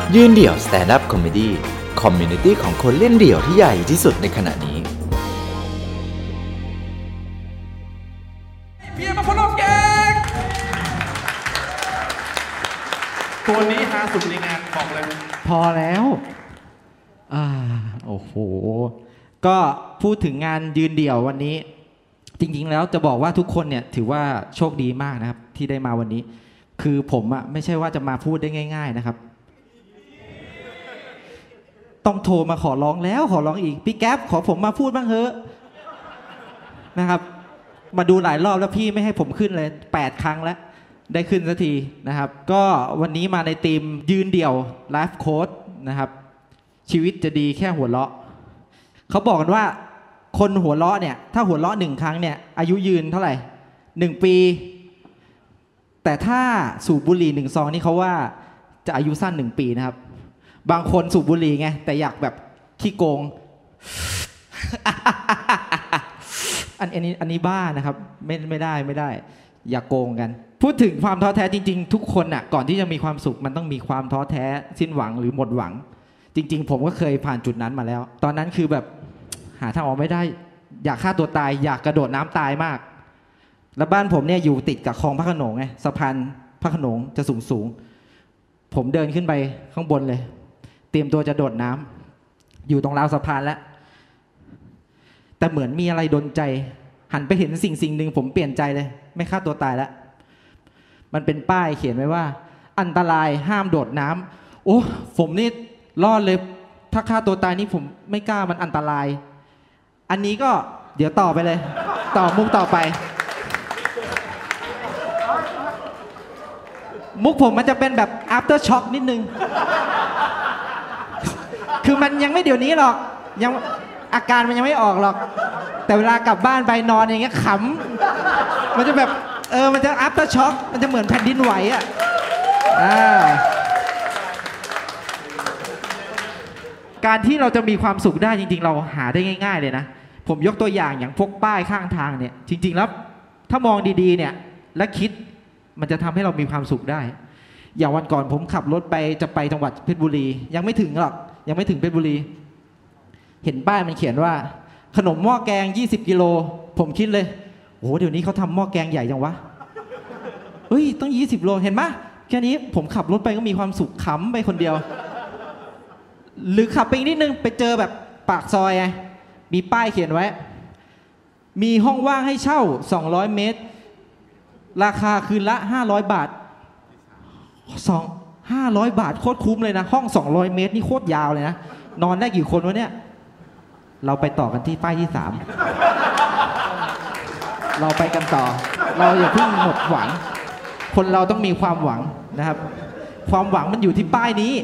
ยืนเดี่ยว Stand Up Comedy คอมมูนิตี้ของคนเล่นเดี่ยวที่ใหญ่ที่สุดในขณะนี้เพียร์มาพลบแกงตัวนี้ฮาสุดในงานบอกเลยพอแล้วโอ้โหก็พูดถึงงานยืนเดี่ยววันนี้จริงๆแล้วจะบอกว่าทุกคนเนี่ยถือว่าโชคดีมากนะครับที่ได้มาวันนี้คือผมอะไม่ใช่ว่าจะมาพูดได้ง่ายๆนะครับต้องโทรมาขอร้องแล้วขอร้องอีกพี่แก๊ปขอผมมาพูดบ้างเถอะนะครับมาดูหลายรอบแล้วพี่ไม่ให้ผมขึ้นเลย8 ครั้งแล้วได้ขึ้นสักทีนะครับก็วันนี้มาในทีมยืนเดี่ยวไลฟ์โค้ชนะครับชีวิตจะดีแค่หัวเราะเขาบอกกันว่าคนหัวเราะเนี่ยถ้าหัวเราะ1 ครั้งเนี่ยอายุยืนเท่าไหร่1 ปีแต่ถ้าสูบบุหรี่1 ซองนี่เขาว่าจะอายุสั้น1 ปีนะครับบางคนสูบบุหรี่ไงแต่อยากแบบขี้โกง อันนี้บ้านะครับไม่ได้อย่าโกงกันพูดถึงความท้อแท้จริงๆทุกคนน่ะก่อนที่จะมีความสุขมันต้องมีความท้อแท้สิ้นหวังหรือหมดหวังจริงๆผมก็เคยผ่านจุดนั้นมาแล้วตอนนั้นคือแบบหาทางออกไม่ได้อยากฆ่าตัวตายอยากกระโดดน้ำตายมากแล้วบ้านผมเนี่ยอยู่ติดกับคลองพระโขนงไงสะพานพระโขนงจะสูงผมเดินขึ้นไปข้างบนเลยเตรียมตัวจะโดดน้ำอยู่ตรงราวสะพานแล้วแต่เหมือนมีอะไรดลใจหันไปเห็นสิ่งหนึ่งผมเปลี่ยนใจเลยไม่ฆ่าตัวตายแล้วมันเป็นป้ายเขียนไว้ว่าอันตรายห้ามโดดน้ำโอ้ผมนี่รอดเลยถ้าฆ่าตัวตายนี่ผมไม่กล้ามันอันตรายอันนี้ก็เดี๋ยวต่อไปเลยต่อมุกต่อไปมุกผมมันจะเป็นแบบ after shock นิดนึงคือมันยังไม่เดี๋ยวนี้หรอกยังอาการมันยังไม่ออกหรอกแต่เวลากลับบ้านไปนอนอย่างเงี้ยขำมันจะแบบมันจะ after shock มันจะเหมือนแผ่นดินไหวอ่ะการที่เราจะมีความสุขได้จริงๆเราหาได้ง่ายๆเลยนะผมยกตัวอย่างอย่างพวกป้ายข้างทางเนี่ยจริงๆแล้วถ้ามองดีๆเนี่ยและคิดมันจะทำให้เรามีความสุขได้อย่างวันก่อนผมขับรถไปจะไปจังหวัดเพชรบุรียังไม่ถึงหรอกยังไม่ถึงเพชรบุรีเห็นป้ายมันเขียนว่าขนมหม้อแกง20 กิโลผมคิดเลยโอ้เดี๋ยวนี้เขาทำหม้อแกงใหญ่จังวะเฮ้ยต้อง20 โลเห็นไหมแค่นี้ผมขับรถไปก็มีความสุขขำไปคนเดียวหรือขับไปอีกนิดนึงไปเจอแบบปากซอยไงมีป้ายเขียนไว้มีห้องว่างให้เช่า200 เมตรราคาคืนละ500 บาท500 บาทโคตรคุ้มเลยนะห้อง200 เมตรนี่โคตรยาวเลยนะนอนได้กี่คนวะเนี่ยเราไปต่อกันที่ป้ายที่3เราไปกันต่อเราอย่าเพิ่งหมดหวังคนเราต้องมีความหวังนะครับความหวังมันอยู่ที่ป้ายนี้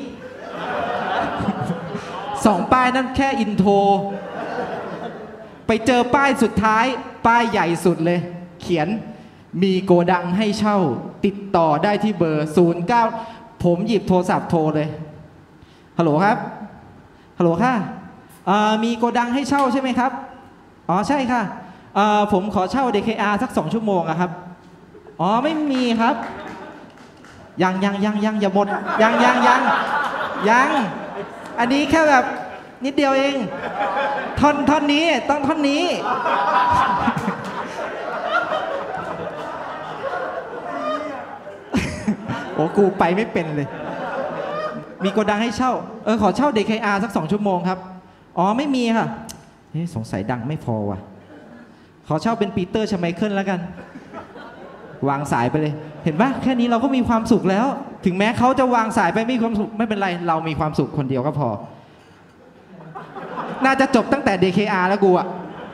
2 ป้ายนั่นแค่อินโทรไปเจอป้ายสุดท้ายป้ายใหญ่สุดเลยเขียนมีโกดังให้เช่าติดต่อได้ที่เบอร์09ผมหยิบโทรศัพท์โทรเลยฮัลโหลครับฮัลโหลค่ะมีโกดังให้เช่าใช่ไหมครับอ๋อใช่ค่ะผมขอเช่า DKR สัก2 ชั่วโมงครับอ๋อไม่มีครับยังอย่าหมดยังอันนี้แค่แบบนิดเดียวเองท่อนนี้ต้องท่อนนี้โอ้กูไปไม่เป็นเลยมีโกดังให้เช่าขอเช่า DKR สัก2 ชั่วโมงครับอ๋อไม่มีค่ะสงสัยดังไม่พอว่ะขอเช่าเป็นปีเตอร์ชไมเคิลแล้วกันวางสายไปเลยเห็นปะแค่นี้เราก็มีความสุขแล้วถึงแม้เขาจะวางสายไปไม่มีความสุขไม่เป็นไรเรามีความสุขคนเดียวก็พอน่าจะจบตั้งแต่ DKR แล้วกูอะ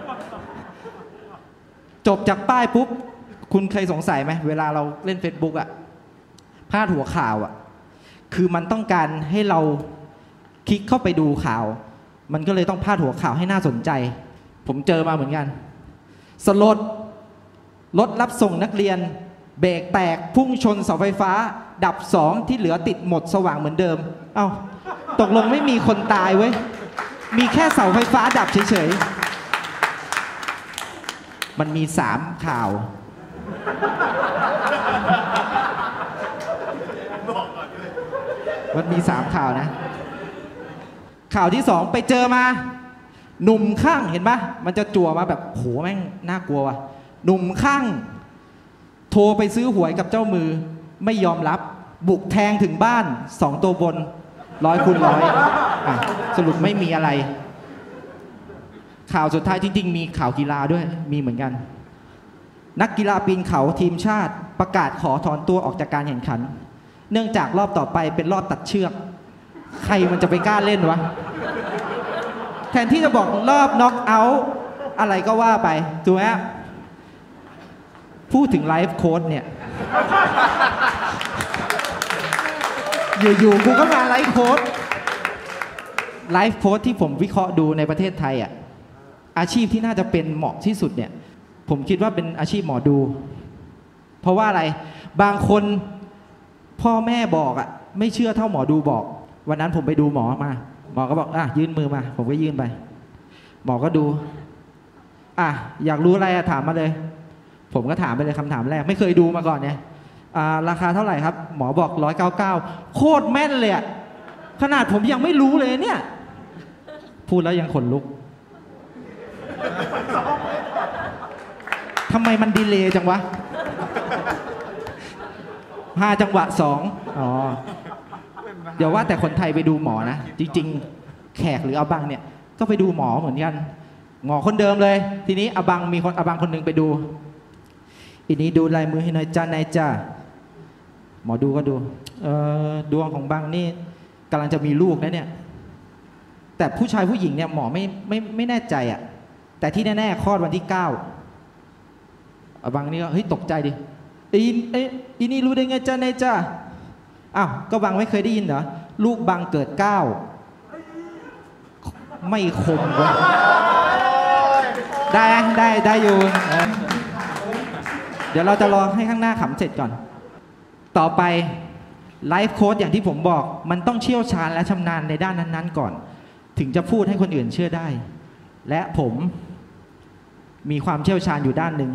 จบจากป้ายปุ๊บคุณเคยสงสัยไหมเวลาเราเล่น Facebook อะพาดหัวข่าวอะคือมันต้องการให้เราคลิกเข้าไปดูข่าวมันก็เลยต้องพาดหัวข่าวให้น่าสนใจผมเจอมาเหมือนกันสลดรถรับส่งนักเรียนเบรกแตกพุ่งชนเสาไฟฟ้าดับ2ที่เหลือติดหมดสว่างเหมือนเดิมเอ้าตกลงไม่มีคนตายเว้ยมีแค่เสาไฟฟ้าดับเฉยๆมันมี3 ข่าว มมันมี3ข่าวนะ ข่าวที่2ไปเจอมาหนุ่มข้างเห็นปะมันจะจั่วมาแบบโหแม่งน่ากลัวว่ะหนุ่มข้างโทรไปซื้อหวยกับเจ้ามือไม่ยอมรับบุกแทงถึงบ้าน2ตัวบน100 คูณ 100สรุปไม่มีอะไรข่าวสุดท้ายจริงๆมีข่าวกีฬาด้วยมีเหมือนกันนักกีฬาปีนเขาทีมชาติประกาศขอถอนตัวออกจากการแข่งขันเนื่องจากรอบต่อไปเป็นรอบตัดเชือกใครมันจะไปกล้าเล่นวะแทนที่จะบอกรอบน็อกเอาท์อะไรก็ว่าไปถูกไหมพูดถึงไลฟ์โค้ชเนี่ยอยู่ๆกูก็มาไลฟ์โค้ชที่ผมวิเคราะห์ดูในประเทศไทยอ่ะอาชีพที่น่าจะเป็นเหมาะที่สุดเนี่ยผมคิดว่าเป็นอาชีพหมอดูเพราะว่าอะไรบางคนพ่อแม่บอกอ่ะไม่เชื่อเท่าหมอดูบอกวันนั้นผมไปดูหมอมาหมอก็บอกยื่นมือมาผมก็ยื่นไปหมอก็ดูอยากรู้อะไรถามมาเลยผมก็ถามไปเลยคำถามแรกไม่เคยดูมาก่อนเนี่ยราคาเท่าไหร่ครับหมอบอก199โคตรแม่นเลยขนาดผมยังไม่รู้เลยเนี่ยพูดแล้วยังขนลุกทำไมมันดีเลย์จังวะ5 จังหวะ2อ๋อเดี๋ยวว่าแต่คนไทยไปดูหมอนะจริงๆแขกหรืออบังเนี่ยก็ไปดูหมอเหมือนกันหมอคนเดิมเลยทีนี้อบังมีคนอบังคนนึงไปดูอีนี้ดูลายมือให้หน่อยจ้านายจ้าหมอดูก็ดูดวงของบังนี่กำลังจะมีลูกนะเนี่ยแต่ผู้ชายผู้หญิงเนี่ยหมอไม่แน่ใจอ่ะแต่ที่แน่ๆคลอดวันที่9บางนี่ก็เฮ้ยตกใจดิอีนี่รู้ได้ไงจ้านายจ้าอ้าวก็บังไม่เคยได้ยินเหรอลูกบังเกิด9ไม่คมวะได้อยู่เดี๋ยวเราจะรอให้ข้างหน้าขำเสร็จก่อนต่อไปไลฟ์โค้ชอย่างที่ผมบอกมันต้องเชี่ยวชาญและชำนาญในด้านนั้นๆก่อนถึงจะพูดให้คนอื่นเชื่อได้และผมมีความเชี่ยวชาญอยู่ด้านหนึ่ง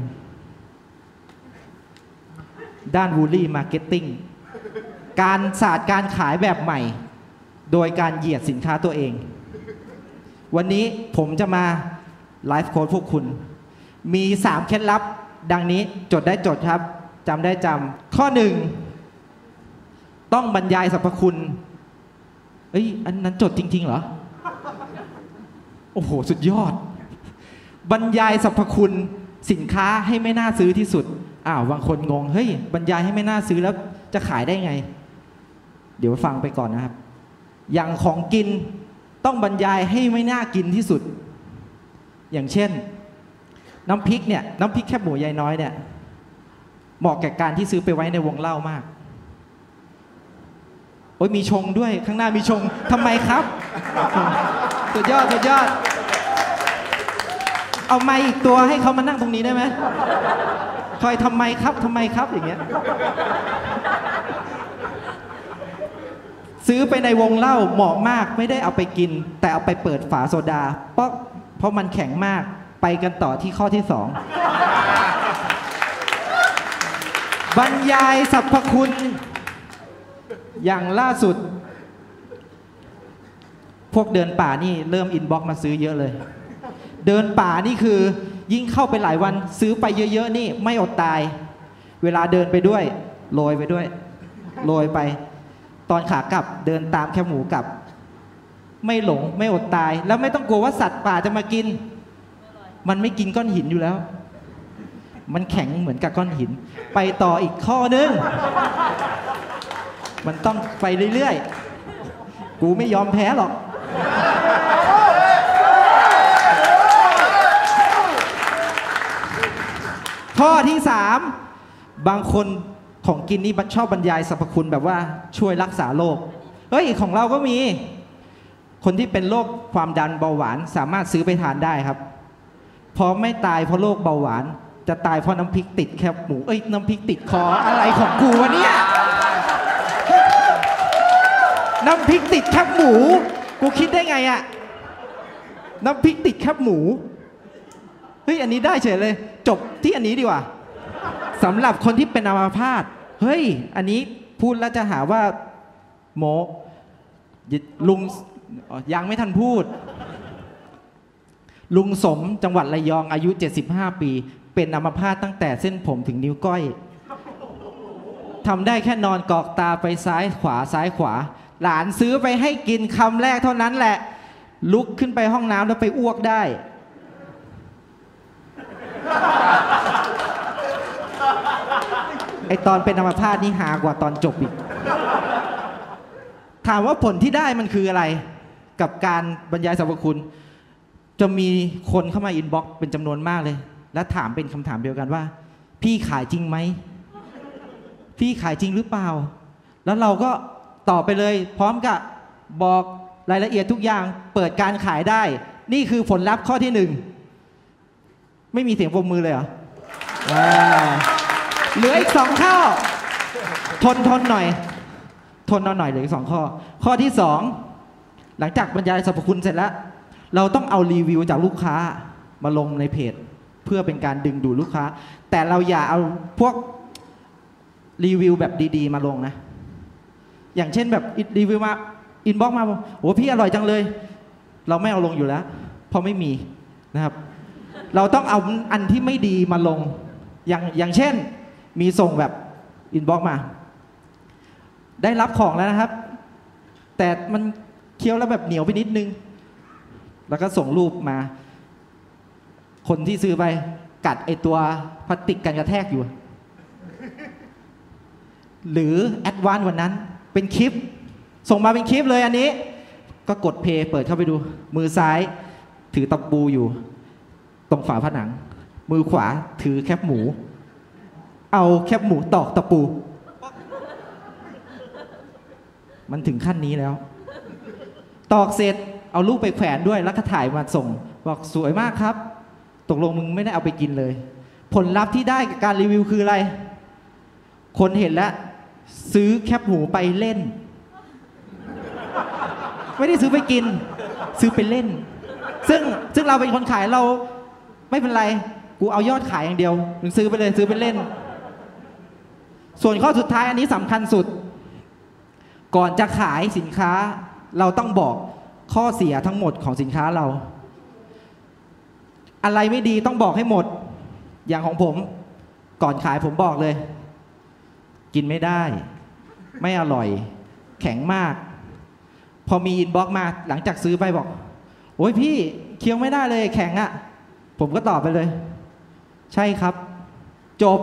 ด้านวูลลี่มาร์เก็ตติ้งการศาสตร์การขายแบบใหม่โดยการเหยียดสินค้าตัวเองวันนี้ผมจะมาไลฟ์โค้ชพวกคุณมี3เคล็ดลับดังนี้จดได้จดครับจำได้จำข้อ1ต้องบรรยายสรรพคุณอันนั้นจดจริงๆเหรอโอ้โหสุดยอดบรรยายสรรพคุณสินค้าให้ไม่น่าซื้อที่สุดบางคนงงเฮ้ยบรรยายให้ไม่น่าซื้อแล้วจะขายได้ไงเดี๋ยวฟังไปก่อนนะครับอย่างของกินต้องบรรยายให้ไม่น่ากินที่สุดอย่างเช่นน้ำพริกเนี่ยน้ำพริกแคบหมูยายน้อยเนี่ยเหมาะแก่การที่ซื้อไปไว้ในวงเล่ามากโอ้ยมีชงด้วยข้างหน้ามีชงทำไมครับสุดยอดเอาไมค์อีกตัวให้เขามานั่งตรงนี้ได้ไหมคอยทำไมครับอย่างเงี้ยซื้อไปในวงเล่าเหมาะมากไม่ได้เอาไปกินแต่เอาไปเปิดฝาโซดาเพราะมันแข็งมากไปกันต่อที่ข้อที่2บรรยายสรรพคุณอย่างล่าสุดพวกเดินป่านี่เริ่มอินบ็อกซ์มาซื้อเยอะเลยเดินป่านี่คือยิ่งเข้าไปหลายวันซื้อไปเยอะๆนี่ไม่อดตายเวลาเดินไปด้วยโรยไปด้วยโรยไปตอนขากลับเดินตามแคบหมูกลับไม่หลงไม่อดตายแล้วไม่ต้องกลัวว่าสัตว์ป่าจะมากินมันไม่กินก้อนหินอยู่แล้วมันแข็งเหมือนกับก้อนหินไปต่ออีกข้อนึงมันต้องไปเรื่อยๆกูไม่ยอมแพ้หรอกข้อที่3บางคนของกินนี่ชอบบรรยายสรรพคุณแบบว่าช่วยรักษาโรคของเราก็มีคนที่เป็นโรคความดันเบาหวานสามารถซื้อไปทานได้ครับพอไม่ตายเพราะโรคเบาหวานจะตายเพราะน้ำพริกติดแคบหมูน้ำพริกติดคออะไรของกูวะเนี่ยน้ำพริกติดแคบหมูกูคิดได้ไงอะน้ำพริกติดแคบหมูอันนี้ได้เฉยเลยจบที่อันนี้ดีกว่าสำหรับคนที่เป็นอัมพาตอันนี้พูดแล้วจะหาว่าโมลุงยังไม่ทันพูด ลุงสมจังหวัดระยองอายุ75ปีเป็นอัมพาตตั้งแต่เส้นผมถึงนิ้วก้อยทำได้แค่นอนกอกตาไปซ้ายขวาซ้ายขวาหลานซื้อไปให้กินคำแรกเท่านั้นแหละลุกขึ้นไปห้องน้ำแล้วไปอ้วกได้ไอตอนเป็นอัมพาตนี่หากว่าตอนจบอีกถามว่าผลที่ได้มันคืออะไรกับการบรรยายสรรพคุณจะมีคนเข้ามาอินบ็อกซ์เป็นจำนวนมากเลยและถามเป็นคำถามเดียวกันว่าพี่ขายจริงไหมพี่ขายจริงหรือเปล่าแล้วเราก็ตอบไปเลยพร้อมกับบอกรายละเอียดทุกอย่างเปิดการขายได้นี่คือผลลัพธ์ข้อที่1ไม่มีเสียงปรบมือเลยเหรอเหลืออีก2ข้อทนหน่อยเหลืออีก2ข้อที่2หลังจากบรรยายสรรพคุณเสร็จแล้วเราต้องเอารีวิวจากลูกค้ามาลงในเพจเพื่อเป็นการดึงดูดลูกค้าแต่เราอย่าเอาพวกรีวิวแบบดีๆมาลงนะอย่างเช่นแบบรีวิวมาอินบ็อกซ์มาบอกโอ้พี่อร่อยจังเลยเราไม่เอาลงอยู่แล้วเพราะไม่มีนะครับเราต้องเอาอันที่ไม่ดีมาลงอย่างเช่นมีส่งแบบอินบ็อกซ์มาได้รับของแล้วนะครับแต่มันเคี้ยวแล้วแบบเหนียวไปนิดนึงแล้วก็ส่งรูปมาคนที่ซื้อไปกัดไอตัวพลาสติกกันกระแทกอยู่หรือแอดวานซ์วันนั้นเป็นคลิปส่งมาเป็นคลิปเลยอันนี้ก็กดเพย์เปิดเข้าไปดูมือซ้ายถือตะปูอยู่ตรงฝาผนังมือขวาถือแคบหมูเอาแคบหมูตอกตะปูมันถึงขั้นนี้แล้วตอกเสร็จเอารูปไปแขวนด้วยแล้วก็ถ่ายมาส่งบอกสวยมากครับตกลงมึงไม่ได้เอาไปกินเลยผลลัพธ์ที่ได้กับการรีวิวคืออะไรคนเห็นแล้วซื้อแคบหมูไปเล่นไม่ได้ซื้อไปกินซื้อไปเล่นซึ่งเราเป็นคนขายเราไม่เป็นไรกูเอายอดขายอย่างเดียวมึงซื้อไปเลยซื้อไปเล่นส่วนข้อสุดท้ายอันนี้สำคัญสุดก่อนจะขายสินค้าเราต้องบอกข้อเสียทั้งหมดของสินค้าเราอะไรไม่ดีต้องบอกให้หมดอย่างของผมก่อนขายผมบอกเลยกินไม่ได้ไม่อร่อยแข็งมากพอมีอินบ็อกซ์มาหลังจากซื้อไปบอกโอ้ยพี่เคี้ยวไม่ได้เลยแข็งอ่ะผมก็ตอบไปเลยใช่ครับจบ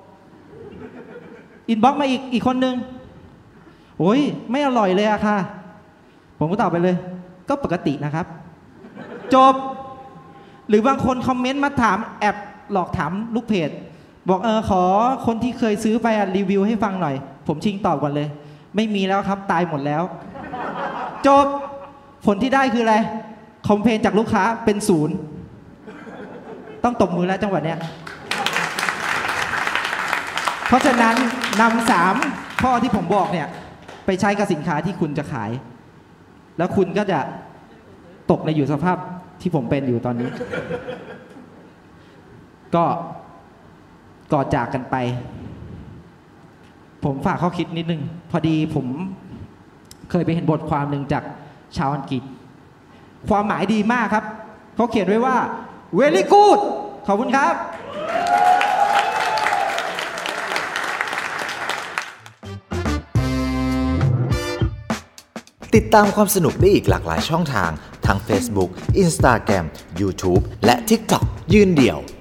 อินบ็อกซ์มาอีกคนนึงโอ้ยไม่อร่อยเลยอะค่ะผมก็ตอบไปเลยก็ปกตินะครับจบหรือบางคนคอมเมนต์มาถามแอบหลอกถามลูกเพจบอกขอคนที่เคยซื้อไปรีวิวให้ฟังหน่อยผมชิงตอบก่อนเลยไม่มีแล้วครับตายหมดแล้วจบผลที่ได้คืออะไรคอมเพลนจากลูกค้าเป็น0ต้องตบมือแล้วจังหวะเนี้ยเพราะฉะนั้นนำ3ข้อที่ผมบอกเนี่ยไปใช้กับสินค้าที่คุณจะขายแล้วคุณก็จะตกในอยู่สภาพที่ผมเป็นอยู่ตอนนี้ก็ก่อนจากกันไปผมฝากข้อคิดนิดนึงพอดีผมเคยไปเห็นบทความหนึ่งจากชาวอังกฤษความหมายดีมากครับเขาเขียนไว้ว่า very good ขอบคุณครับติดตามความสนุกได้อีกหลากหลายช่องทางทั้ง Facebook, Instagram, YouTube และ TikTok ยืนเดี่ยว